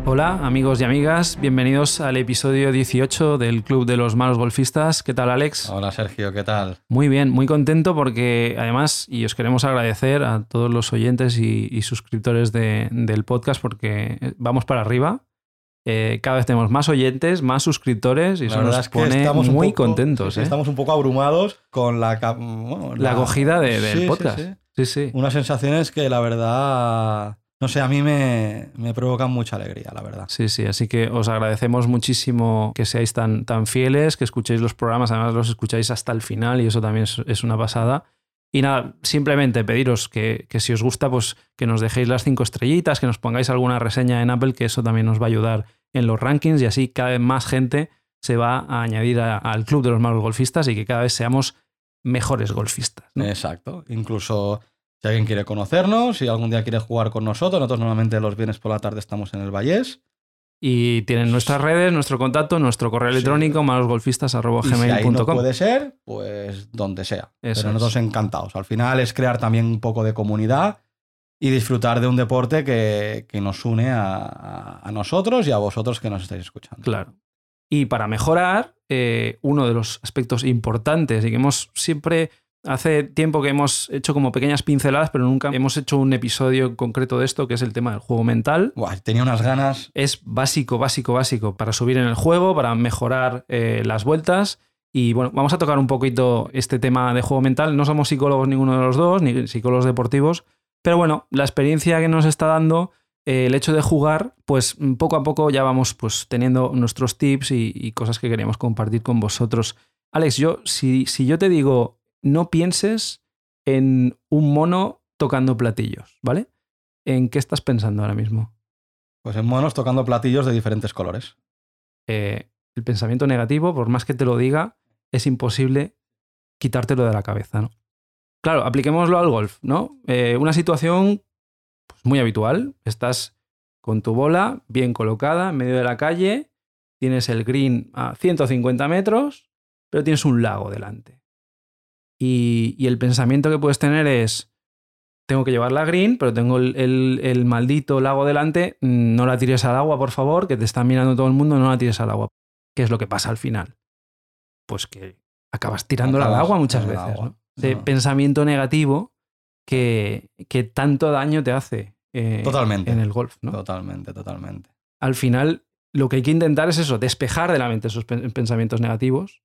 Hola amigos y amigas, bienvenidos al episodio 18 del Club de los Malos Golfistas. ¿Qué tal, Alex? Hola Sergio, ¿qué tal? Muy bien, muy contento porque además, y os queremos agradecer a todos los oyentes y suscriptores del podcast porque vamos para arriba. Cada vez tenemos más oyentes, más suscriptores y eso nos pone muy contentos. Sí, estamos un poco abrumados con la acogida del podcast. Sí. Unas sensaciones que la verdad... No sé, a mí me provocan mucha alegría, la verdad. Sí, así que os agradecemos muchísimo que seáis tan fieles, que escuchéis los programas, además los escucháis hasta el final y eso también es una pasada. Y nada, simplemente pediros que si os gusta, pues que nos dejéis las 5 estrellitas, que nos pongáis alguna reseña en Apple, que eso también nos va a ayudar en los rankings y así cada vez más gente se va a añadir al Club de los Malos Golfistas y que cada vez seamos mejores golfistas, ¿no? Exacto, incluso... Si alguien quiere conocernos, si algún día quiere jugar con nosotros normalmente los viernes por la tarde estamos en el Vallés. Y tienen nuestras redes, nuestro contacto, nuestro correo electrónico, malosgolfistas@gmail.com. Si ahí no puede ser, pues donde sea. Pero nosotros encantados. Al final es crear también un poco de comunidad y disfrutar de un deporte que nos une a nosotros y a vosotros que nos estáis escuchando. Claro. Y para mejorar, uno de los aspectos importantes y que hemos siempre... Hace tiempo que hemos hecho como pequeñas pinceladas, pero nunca hemos hecho un episodio concreto de esto, que es el tema del juego mental. Buah, tenía unas ganas. Es básico para subir en el juego, para mejorar las vueltas. Y bueno, vamos a tocar un poquito este tema de juego mental. No somos psicólogos ninguno de los dos, ni psicólogos deportivos. Pero bueno, la experiencia que nos está dando el hecho de jugar, pues poco a poco ya vamos pues teniendo nuestros tips y cosas que queríamos compartir con vosotros. Alex, si yo te digo... No pienses en un mono tocando platillos, ¿vale? ¿En qué estás pensando ahora mismo? Pues en monos tocando platillos de diferentes colores. El pensamiento negativo, por más que te lo diga, es imposible quitártelo de la cabeza, ¿no? Claro, apliquémoslo al golf, ¿no? Una situación pues, muy habitual. Estás con tu bola bien colocada en medio de la calle, tienes el green a 150 metros, pero tienes un lago delante. Y el pensamiento que puedes tener es, tengo que llevar la green, pero tengo el maldito lago delante, no la tires al agua, por favor, que te está mirando todo el mundo, no la tires al agua. ¿Qué es lo que pasa al final? Pues que acabas tirándola al agua muchas veces, ¿no? Ese pensamiento negativo que tanto daño te hace Totalmente. En el golf, ¿no? Totalmente. Al final, lo que hay que intentar es eso, despejar de la mente esos pensamientos negativos,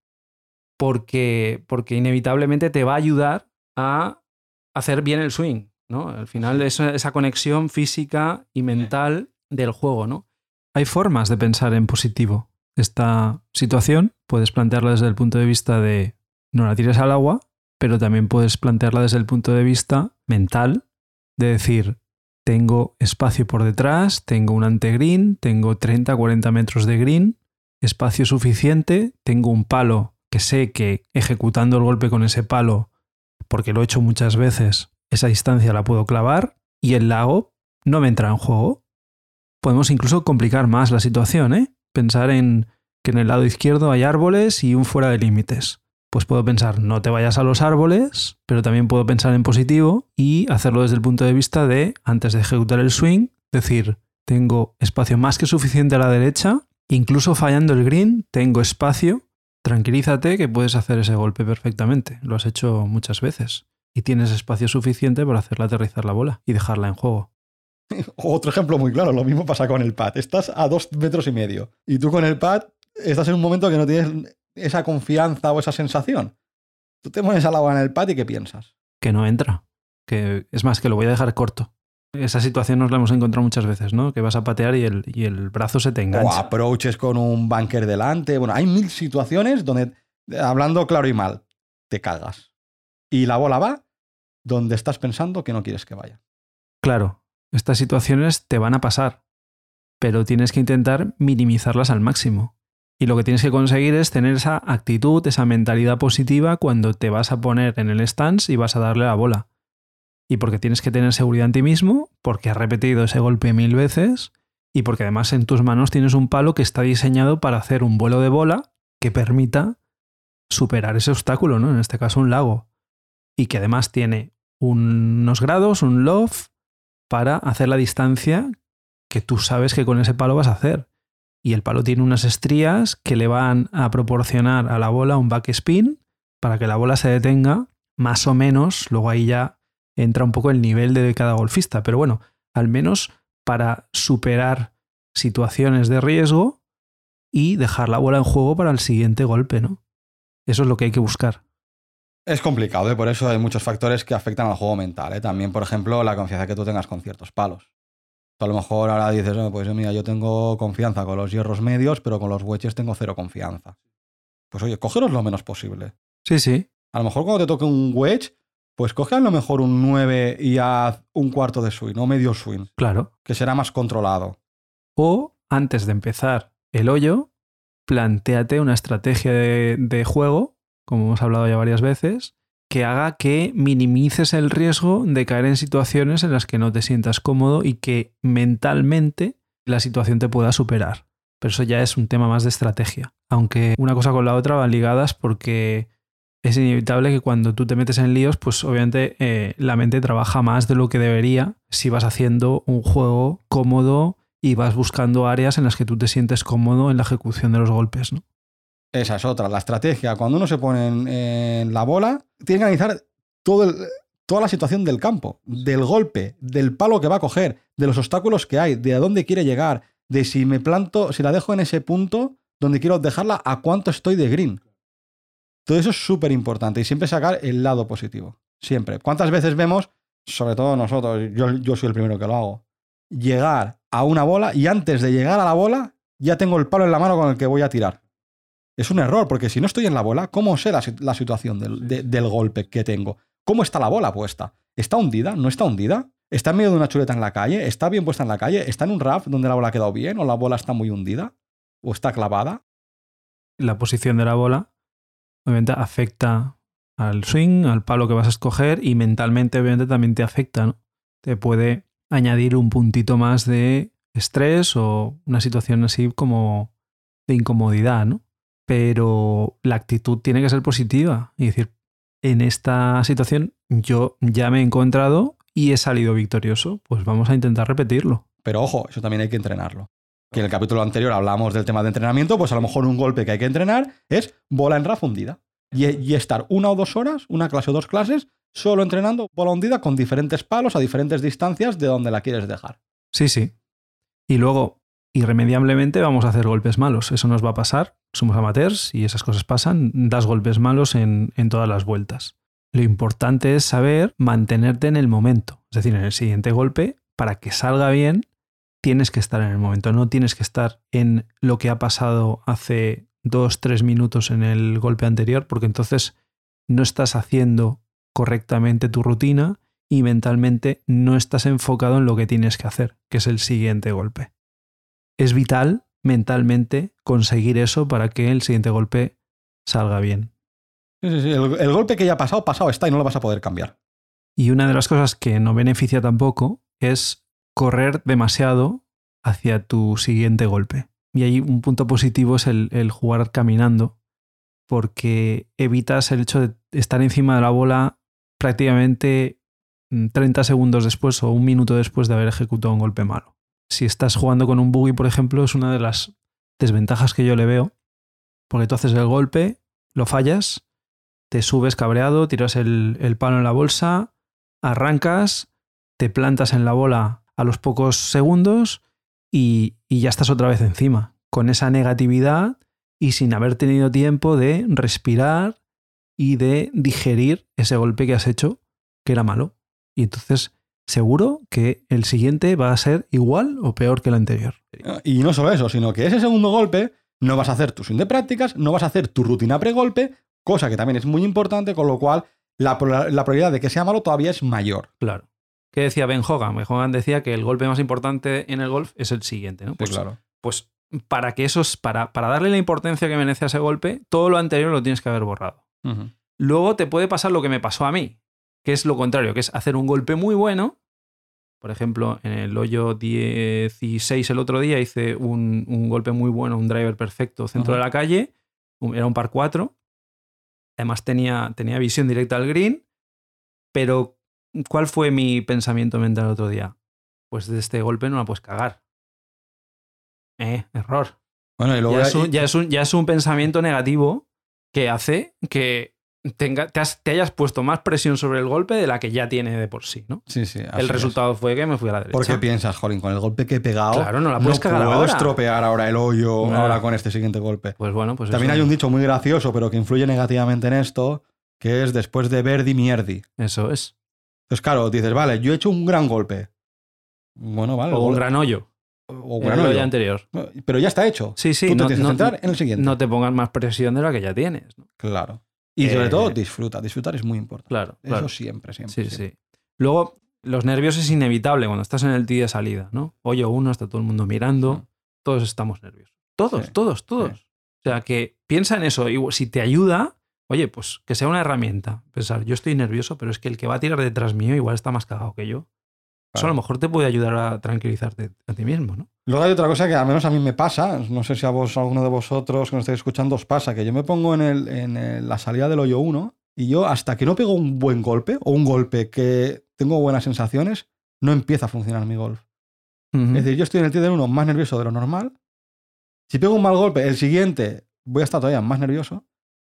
porque inevitablemente te va a ayudar a hacer bien el swing, ¿no? Al final esa conexión física y mental del juego, ¿no? Hay formas de pensar en positivo. Esta situación puedes plantearla desde el punto de vista de no la tires al agua, pero también puedes plantearla desde el punto de vista mental, de decir, tengo espacio por detrás, tengo un antegreen, tengo 30-40 metros de green, espacio suficiente, tengo un palo que sé que ejecutando el golpe con ese palo, porque lo he hecho muchas veces, esa distancia la puedo clavar y el lago no me entra en juego. Podemos incluso complicar más la situación, ¿eh? Pensar en que en el lado izquierdo hay árboles y un fuera de límites. Pues puedo pensar, no te vayas a los árboles, pero también puedo pensar en positivo y hacerlo desde el punto de vista de, antes de ejecutar el swing, decir, tengo espacio más que suficiente a la derecha, incluso fallando el green, tengo espacio. Tranquilízate que puedes hacer ese golpe perfectamente. Lo has hecho muchas veces. Y tienes espacio suficiente para hacerla aterrizar la bola y dejarla en juego. Otro ejemplo muy claro, lo mismo pasa con el pad. Estás a 2,5 metros y tú con el pad estás en un momento que no tienes esa confianza o esa sensación. Tú te pones al agua en el pad y ¿qué piensas? Que no entra. Que es más, que lo voy a dejar corto. Esa situación nos la hemos encontrado muchas veces, ¿no? Que vas a patear y el brazo se te engancha. O approaches con un bunker delante. Bueno, hay 1000 situaciones donde, hablando claro y mal, te cagas. Y la bola va donde estás pensando que no quieres que vaya. Claro, estas situaciones te van a pasar, pero tienes que intentar minimizarlas al máximo. Y lo que tienes que conseguir es tener esa actitud, esa mentalidad positiva cuando te vas a poner en el stance y vas a darle la bola. Y porque tienes que tener seguridad en ti mismo, porque has repetido ese golpe 1000 veces y porque además en tus manos tienes un palo que está diseñado para hacer un vuelo de bola que permita superar ese obstáculo, ¿no? En este caso un lago. Y que además tiene unos grados, un loft, para hacer la distancia que tú sabes que con ese palo vas a hacer. Y el palo tiene unas estrías que le van a proporcionar a la bola un backspin para que la bola se detenga más o menos. Luego ahí ya entra un poco el nivel de cada golfista. Pero bueno, al menos para superar situaciones de riesgo y dejar la bola en juego para el siguiente golpe, ¿no? Eso es lo que hay que buscar. Es complicado, ¿eh? Por eso hay muchos factores que afectan al juego mental, ¿eh? También, por ejemplo, la confianza que tú tengas con ciertos palos. Tú a lo mejor ahora dices, pues mira, yo tengo confianza con los hierros medios, pero con los wedges tengo cero confianza. Pues oye, cógelos lo menos posible. Sí, sí. A lo mejor cuando te toque un wedge, pues coge a lo mejor un 9 y haz un cuarto de swing, o medio swing. Claro. Que será más controlado. O, antes de empezar el hoyo, plantéate una estrategia de juego, como hemos hablado ya varias veces, que haga que minimices el riesgo de caer en situaciones en las que no te sientas cómodo y que mentalmente la situación te pueda superar. Pero eso ya es un tema más de estrategia. Aunque una cosa con la otra van ligadas porque es inevitable que cuando tú te metes en líos, pues obviamente la mente trabaja más de lo que debería si vas haciendo un juego cómodo y vas buscando áreas en las que tú te sientes cómodo en la ejecución de los golpes, ¿no? Esa es otra, la estrategia. Cuando uno se pone en la bola, tiene que analizar toda la situación del campo, del golpe, del palo que va a coger, de los obstáculos que hay, de a dónde quiere llegar, de si me planto, si la dejo en ese punto donde quiero dejarla, a cuánto estoy de green. Todo eso es súper importante y siempre sacar el lado positivo. Siempre. ¿Cuántas veces vemos, sobre todo nosotros, yo soy el primero que lo hago, llegar a una bola y antes de llegar a la bola ya tengo el palo en la mano con el que voy a tirar? Es un error, porque si no estoy en la bola, ¿cómo sé la situación del golpe que tengo? ¿Cómo está la bola puesta? ¿Está hundida? ¿No está hundida? ¿Está en medio de una chuleta en la calle? ¿Está bien puesta en la calle? ¿Está en un RAF donde la bola ha quedado bien? ¿O la bola está muy hundida? ¿O está clavada? La posición de la bola obviamente afecta al swing, al palo que vas a escoger y mentalmente obviamente también te afecta, ¿no? Te puede añadir un puntito más de estrés o una situación así como de incomodidad, ¿no? Pero la actitud tiene que ser positiva y decir, en esta situación yo ya me he encontrado y he salido victorioso, pues vamos a intentar repetirlo. Pero ojo, eso también hay que entrenarlo. Que en el capítulo anterior hablamos del tema de entrenamiento, pues a lo mejor un golpe que hay que entrenar es bola en RAF hundida. Y estar 1 o 2 horas, una clase o 2 clases, solo entrenando bola hundida con diferentes palos a diferentes distancias de donde la quieres dejar. Sí, sí. Y luego, irremediablemente, vamos a hacer golpes malos. Eso nos va a pasar. Somos amateurs y esas cosas pasan. Das golpes malos en todas las vueltas. Lo importante es saber mantenerte en el momento. Es decir, en el siguiente golpe, para que salga bien, tienes que estar en el momento. No tienes que estar en lo que ha pasado hace 2-3 minutos en el golpe anterior, porque entonces no estás haciendo correctamente tu rutina y mentalmente no estás enfocado en lo que tienes que hacer, que es el siguiente golpe. Es vital mentalmente conseguir eso para que el siguiente golpe salga bien. Sí, sí. El golpe que ya ha pasado está y no lo vas a poder cambiar. Y una de las cosas que no beneficia tampoco es correr demasiado hacia tu siguiente golpe. Y ahí un punto positivo es el jugar caminando, porque evitas el hecho de estar encima de la bola prácticamente 30 segundos después o un minuto después de haber ejecutado un golpe malo. Si estás jugando con un buggy, por ejemplo, es una de las desventajas que yo le veo, porque tú haces el golpe, lo fallas, te subes cabreado, tiras el palo en la bolsa, arrancas, te plantas en la bola a los pocos segundos y ya estás otra vez encima, con esa negatividad y sin haber tenido tiempo de respirar y de digerir ese golpe que has hecho, que era malo. Y entonces seguro que el siguiente va a ser igual o peor que el anterior. Y no solo eso, sino que ese segundo golpe no vas a hacer tu swing de prácticas, no vas a hacer tu rutina pre-golpe, cosa que también es muy importante, con lo cual la probabilidad de que sea malo todavía es mayor. Claro. ¿Qué decía Ben Hogan? Ben Hogan decía que el golpe más importante en el golf es el siguiente, ¿no? Pues, sí, claro. Pues para que para darle la importancia que merece a ese golpe, todo lo anterior lo tienes que haber borrado. Uh-huh. Luego te puede pasar lo que me pasó a mí, que es lo contrario, que es hacer un golpe muy bueno. Por ejemplo, en el hoyo 16 el otro día hice un golpe muy bueno, un driver perfecto centro de la calle, era un par 4. Además tenía visión directa al green, pero ¿cuál fue mi pensamiento mental el otro día? Pues de este golpe no la puedes cagar. Error. Bueno, y luego ya es un pensamiento negativo que hace que te hayas puesto más presión sobre el golpe de la que ya tiene de por sí, ¿no? Sí, sí. El resultado fue que me fui a la derecha. ¿Por qué piensas, jolín, con el golpe que he pegado? Claro, no la puedes cagar ahora. No puedo estropear ahora el hoyo ahora con este siguiente golpe. Pues bueno, pues también hay un dicho muy gracioso, pero que influye negativamente en esto, que es después de verdi, mierdi. Eso es. Entonces, claro, dices, vale, yo he hecho un gran golpe. Bueno, vale. O un gran hoyo. O un gran hoyo anterior. Pero ya está hecho. Sí, sí. Tú te tienes que centrar en el siguiente. No te pongas más presión de la que ya tienes, ¿no? Claro. Y sobre todo, disfruta. Disfrutar es muy importante. Claro. Eso siempre. Sí. Luego, los nervios es inevitable cuando estás en el tee de salida, ¿no? Hoyo 1, está todo el mundo mirando. Todos estamos nerviosos. Todos. Sí. O sea, que piensa en eso. Y si te ayuda, oye, pues que sea una herramienta. Pensar, yo estoy nervioso, pero es que el que va a tirar detrás mío igual está más cagado que yo. Eso a lo mejor te puede ayudar a tranquilizarte a ti mismo, ¿no? Luego hay otra cosa que al menos a mí me pasa, no sé si a alguno de vosotros que nos estáis escuchando os pasa, que yo me pongo en la salida del hoyo 1 y yo hasta que no pego un buen golpe o un golpe que tengo buenas sensaciones, no empieza a funcionar mi golf. Es decir, yo estoy en el tee del 1 más nervioso de lo normal. Si pego un mal golpe, el siguiente voy a estar todavía más nervioso.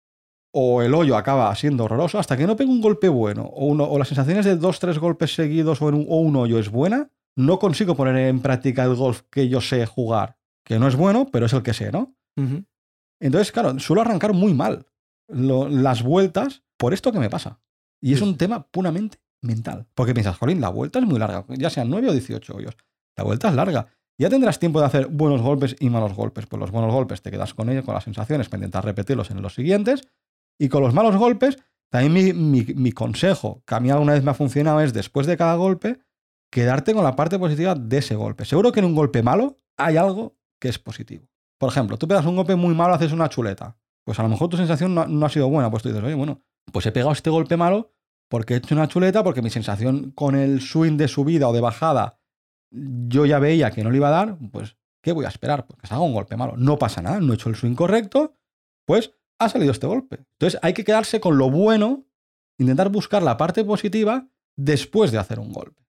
O el hoyo acaba siendo horroroso, hasta que no pego un golpe bueno, o las sensaciones de 2-3 golpes seguidos o un hoyo es buena, no consigo poner en práctica el golf que yo sé jugar, que no es bueno, pero es el que sé, ¿no? Entonces, claro, suelo arrancar muy mal las vueltas por esto que me pasa. Y es un tema puramente mental. Porque piensas, jolín, la vuelta es muy larga, ya sean 9 o 18 hoyos. La vuelta es larga. Ya tendrás tiempo de hacer buenos golpes y malos golpes. Pues los buenos golpes te quedas con ellos, con las sensaciones, para intentar repetirlos en los siguientes. Y con los malos golpes, también mi consejo, que a mí alguna vez me ha funcionado, es después de cada golpe, quedarte con la parte positiva de ese golpe. Seguro que en un golpe malo hay algo que es positivo. Por ejemplo, tú pegas un golpe muy malo, haces una chuleta. Pues a lo mejor tu sensación no ha sido buena. Pues tú dices, oye, bueno, pues he pegado este golpe malo porque he hecho una chuleta, porque mi sensación con el swing de subida o de bajada, yo ya veía que no le iba a dar, pues, ¿qué voy a esperar? Porque se haga un golpe malo. No pasa nada, no he hecho el swing correcto, pues ha salido este golpe. Entonces hay que quedarse con lo bueno, intentar buscar la parte positiva después de hacer un golpe.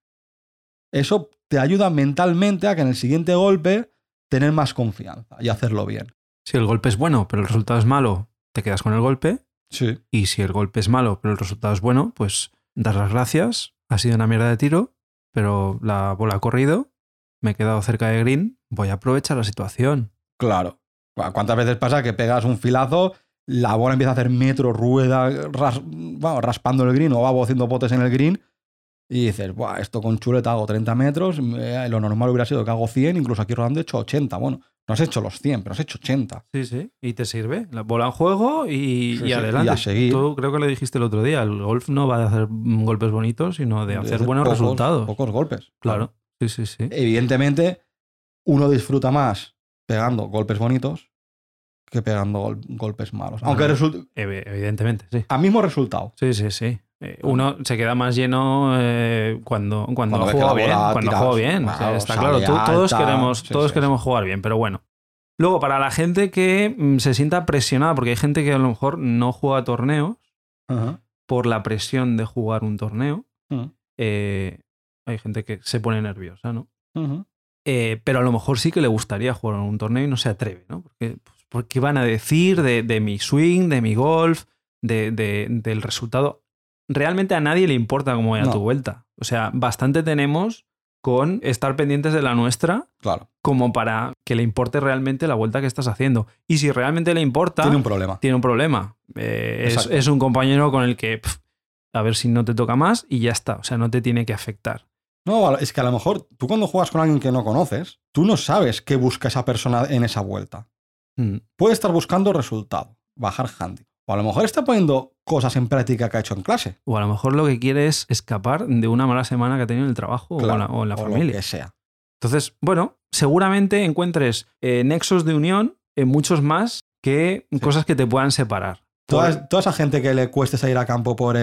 Eso te ayuda mentalmente a que en el siguiente golpe tener más confianza y hacerlo bien. Si el golpe es bueno, pero el resultado es malo, te quedas con el golpe. Sí. Y si el golpe es malo, pero el resultado es bueno, pues das las gracias. Ha sido una mierda de tiro, pero la bola ha corrido, me he quedado cerca de green, voy a aprovechar la situación. Claro. ¿Cuántas veces pasa que pegas un filazo, la bola empieza a hacer metro, rueda, raspando el green o va haciendo potes en el green y dices, buah, esto con chuleta hago 30 metros, lo normal hubiera sido que hago 100, incluso aquí rodando he hecho 80. Bueno, no has hecho los 100, pero has hecho 80. Sí. Y te sirve. La bola en juego y adelante. Y a seguir. Tú creo que lo dijiste el otro día, el golf no va de hacer golpes bonitos, sino de hacer buenos resultados. Pocos golpes. Claro. Sí. Evidentemente, uno disfruta más pegando golpes bonitos que pegando golpes malos. Aunque evidentemente, sí. Al mismo resultado. Sí. Uno se queda más lleno cuando juega bien. Cuando juega bien. O sea, está claro, todos queremos jugar bien, pero bueno. Luego, para la gente que se sienta presionada, porque hay gente que a lo mejor no juega torneos por la presión de jugar un torneo, hay gente que se pone nerviosa, ¿no? Pero a lo mejor sí que le gustaría jugar un torneo y no se atreve, ¿no? Porque van a decir de mi swing, de mi golf, del resultado. Realmente a nadie le importa cómo vaya tu vuelta. O sea, bastante tenemos con estar pendientes de la nuestra, claro, como para que le importe realmente la vuelta que estás haciendo. Y si realmente le importa... Tiene un problema. Es un compañero con el que a ver si no te toca más y ya está. O sea, no te tiene que afectar. No, es que a lo mejor tú cuando juegas con alguien que no conoces, tú no sabes qué busca esa persona en esa vuelta. Puede estar buscando resultado, bajar handicap. O a lo mejor está poniendo cosas en práctica que ha hecho en clase. O a lo mejor lo que quiere es escapar de una mala semana que ha tenido en el trabajo, claro, o en la familia. Lo que sea. Entonces, bueno, seguramente encuentres nexos de unión en muchos más que cosas que te puedan separar. Toda esa gente que le cueste salir a campo por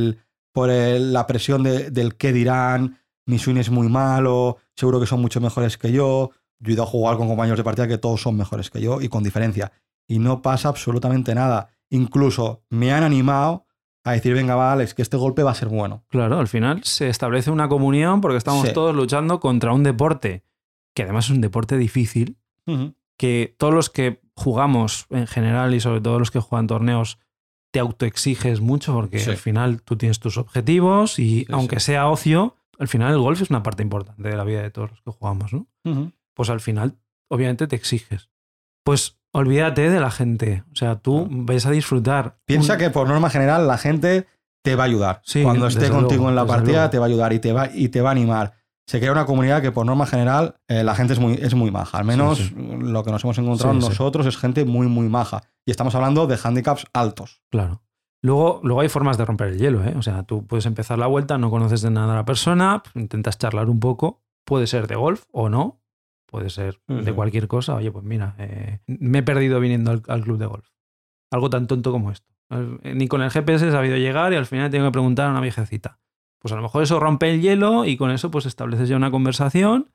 la presión del qué dirán, mi swing es muy malo, seguro que son mucho mejores que yo he ido a jugar con compañeros de partida que todos son mejores que yo y con diferencia. Y no pasa absolutamente nada. Incluso me han animado a decir, venga, va, Alex, que este golpe va a ser bueno. Claro, al final se establece una comunión porque estamos todos luchando contra un deporte, que además es un deporte difícil, que todos los que jugamos en general y sobre todo los que juegan torneos te autoexiges mucho porque al final tú tienes tus objetivos y aunque sea ocio, al final el golf es una parte importante de la vida de todos los que jugamos, ¿no? Pues al final obviamente te exiges. Pues olvídate de la gente. O sea, tú ves a disfrutar. Piensa que por norma general la gente te va a ayudar. Cuando esté contigo en la partida te va a ayudar y te va a animar. Se crea una comunidad que por norma general la gente es muy maja. Al menos lo que nos hemos encontrado nosotros es gente muy, muy maja. Y estamos hablando de handicaps altos. Claro. Luego hay formas de romper el hielo, ¿eh? O sea, tú puedes empezar la vuelta, no conoces de nada a la persona, intentas charlar un poco. Puede ser de golf o no. Puede ser de cualquier cosa. Oye, pues mira, me he perdido viniendo al club de golf. Algo tan tonto como esto. Ni con el GPS he sabido llegar y al final tengo que preguntar a una viejecita. Pues a lo mejor eso rompe el hielo y con eso pues estableces ya una conversación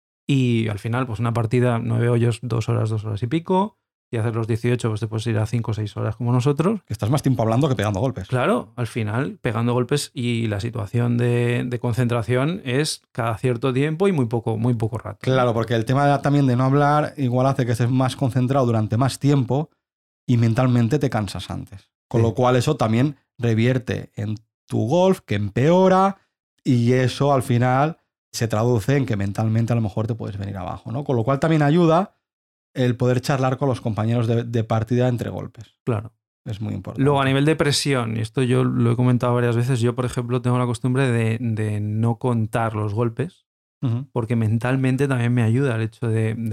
y al final pues una partida 9 hoyos, 2 horas y pico, y hacer los 18 pues te puedes ir a 5 o 6 horas como nosotros. Que estás más tiempo hablando que pegando golpes. Claro, al final pegando golpes y la situación de concentración es cada cierto tiempo y muy poco rato. Claro, porque el tema también de no hablar igual hace que estés más concentrado durante más tiempo y mentalmente te cansas antes. Con lo cual eso también revierte en tu golf, que empeora, y eso al final se traduce en que mentalmente a lo mejor te puedes venir abajo, ¿no? Con lo cual también ayuda el poder charlar con los compañeros de partida entre golpes. Claro. Es muy importante. Luego, a nivel de presión, y esto yo lo he comentado varias veces, yo, por ejemplo, tengo la costumbre de no contar los golpes, porque mentalmente también me ayuda el hecho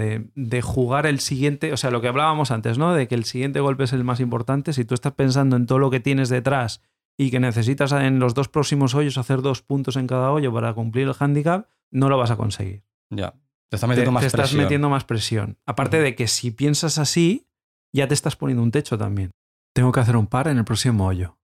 de jugar el siguiente, o sea, lo que hablábamos antes, ¿no? De que el siguiente golpe es el más importante. Si tú estás pensando en todo lo que tienes detrás y que necesitas en los 2 próximos hoyos hacer 2 puntos en cada hoyo para cumplir el handicap, no lo vas a conseguir. Ya. Te estás metiendo más presión. Aparte de que si piensas así, ya te estás poniendo un techo también. Tengo que hacer un par en el próximo hoyo.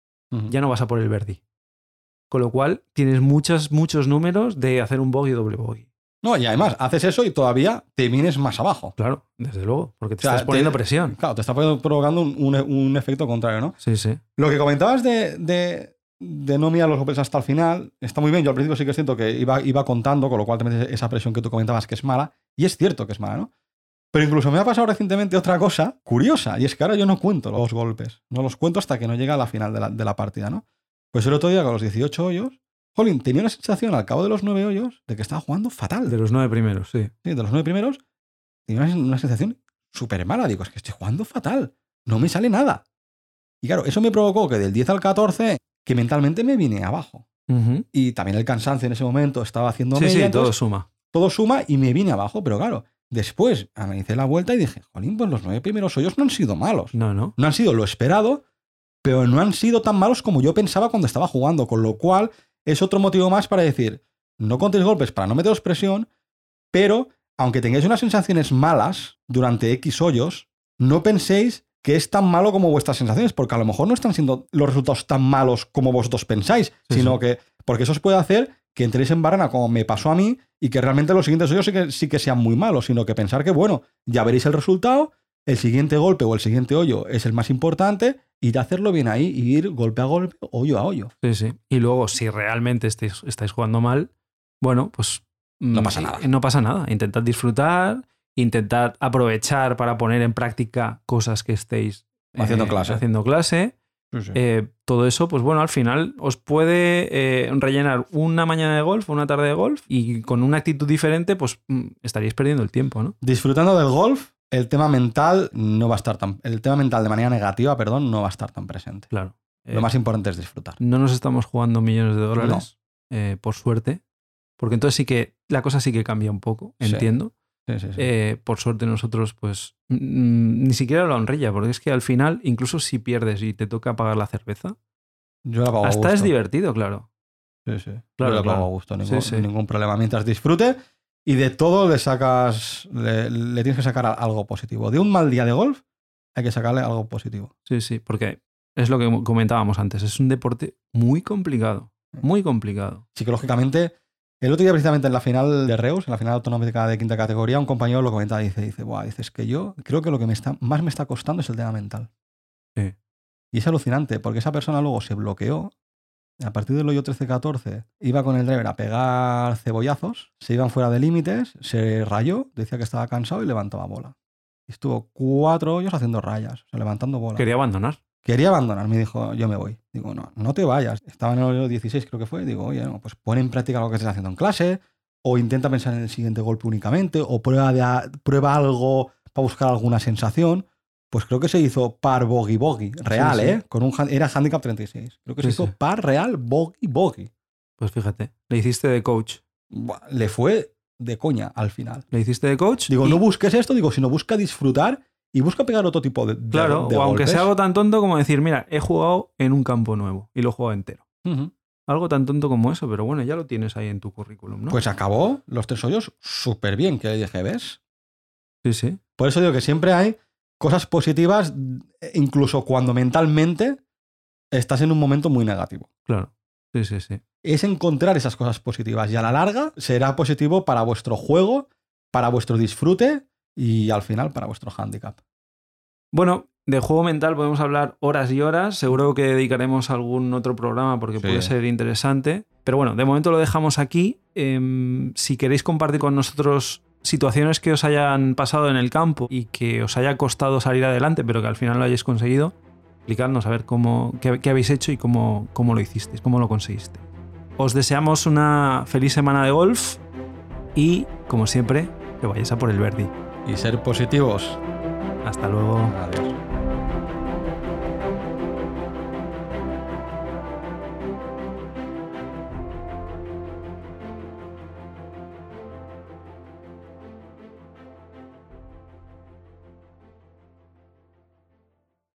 Ya no vas a por el birdie. Con lo cual, tienes muchos números de hacer un bogey o doble bogey. No, y además, haces eso y todavía te vienes más abajo. Claro, desde luego, porque te estás poniendo presión. Claro, te está provocando un efecto contrario, ¿no? Sí, sí. Lo que comentabas de no mirar los golpes hasta el final, está muy bien. Yo al principio sí que siento que iba contando, con lo cual también esa presión que tú comentabas que es mala, y es cierto que es mala, ¿no? Pero incluso me ha pasado recientemente otra cosa curiosa, y es que ahora yo no cuento los golpes. No los cuento hasta que no llega a la final de la partida, ¿no? Pues el otro día con los 18 hoyos, jolín, tenía una sensación al cabo de los 9 hoyos de que estaba jugando fatal. De los 9 primeros, sí. Sí, de los 9 primeros, tenía una sensación súper mala. Digo, es que estoy jugando fatal. No me sale nada. Y claro, eso me provocó que del 10 al 14, que mentalmente me vine abajo. Y también el cansancio en ese momento estaba haciendo media. Sí, todo suma. Todo suma y me vine abajo, pero claro, después analicé la vuelta y dije, jolín, pues los 9 primeros hoyos no han sido malos. No. No han sido lo esperado, pero no han sido tan malos como yo pensaba cuando estaba jugando, con lo cual es otro motivo más para decir, no contéis golpes para no meteros presión, pero aunque tengáis unas sensaciones malas durante X hoyos, no penséis que es tan malo como vuestras sensaciones, porque a lo mejor no están siendo los resultados tan malos como vosotros pensáis, sino que, porque eso os puede hacer que entréis en barrena como me pasó a mí y que realmente los siguientes hoyos sí que sean muy malos, sino que pensar que, bueno, ya veréis el resultado, el siguiente golpe o el siguiente hoyo es el más importante, ir a hacerlo bien ahí y ir golpe a golpe, hoyo a hoyo. Sí. Y luego, si realmente estáis jugando mal, bueno, pues no pasa nada. No pasa nada. Intentad disfrutar, intentad aprovechar para poner en práctica cosas que estéis haciendo clase. Sí. Todo eso, pues bueno, al final os puede rellenar una mañana de golf, una tarde de golf, y con una actitud diferente, pues estaríais perdiendo el tiempo, ¿no? Disfrutando del golf, el tema mental no va a estar el tema mental de manera negativa, no va a estar tan presente. Claro. Lo más importante es disfrutar. No nos estamos jugando millones de dólares, por suerte, porque entonces sí que la cosa sí que cambia un poco, entiendo. Sí. Por suerte nosotros pues ni siquiera la honrilla, porque es que al final, incluso si pierdes y te toca pagar la cerveza, yo la pago hasta a gusto. Es divertido, claro. Sí. Claro, yo la pago a gusto, ningún problema. Mientras disfrute y de todo le tienes que sacar algo positivo. De un mal día de golf hay que sacarle algo positivo. Sí, porque es lo que comentábamos antes, es un deporte muy complicado, muy complicado. Psicológicamente. El otro día, precisamente en la final de Reus, en la final autonómica de quinta categoría, un compañero lo comentaba y dice, es que yo creo que lo que más me está costando es el tema mental. Sí. Y es alucinante, porque esa persona luego se bloqueó A partir del hoyo 13-14 iba con el driver a pegar cebollazos, se iban fuera de límites, se rayó, decía que estaba cansado y levantaba bola. Y estuvo 4 hoyos haciendo rayas, o sea, levantando bola. Quería abandonar. Me dijo, yo me voy. Digo, no te vayas. Estaba en el hoyo 16, creo que fue. Digo, oye, no, pues pon en práctica lo que estés haciendo en clase, o intenta pensar en el siguiente golpe únicamente, o prueba algo para buscar alguna sensación. Pues creo que se hizo par bogey real, sí, sí. Era handicap 36. Creo que se hizo par real bogey. Pues fíjate, le hiciste de coach. Le fue de coña al final. ¿Le hiciste de coach? Digo, no busques esto, sino busca disfrutar y busca pegar otro tipo de claro, de o aunque golpes. sea algo tan tonto como decir, mira, he jugado en un campo nuevo y lo he jugado entero. Algo tan tonto como eso, pero bueno, ya lo tienes ahí en tu currículum, ¿no? Pues acabó los 3 hoyos súper bien, que le dije, ¿ves? Sí, sí. Por eso digo que siempre hay cosas positivas, incluso cuando mentalmente estás en un momento muy negativo. Claro, sí, sí, sí. Es encontrar esas cosas positivas y a la larga será positivo para vuestro juego, para vuestro disfrute y al final para vuestro handicap. Bueno, de juego mental podemos hablar horas y horas. Seguro que dedicaremos algún otro programa porque puede ser interesante. Pero bueno, de momento lo dejamos aquí. Si queréis compartir con nosotros situaciones que os hayan pasado en el campo y que os haya costado salir adelante, pero que al final lo hayáis conseguido, explicadnos a ver qué habéis hecho y cómo lo hicisteis, cómo lo conseguiste. Os deseamos una feliz semana de golf y, como siempre, que vayáis a por el birdie. Y ser positivos. Hasta luego. Adiós.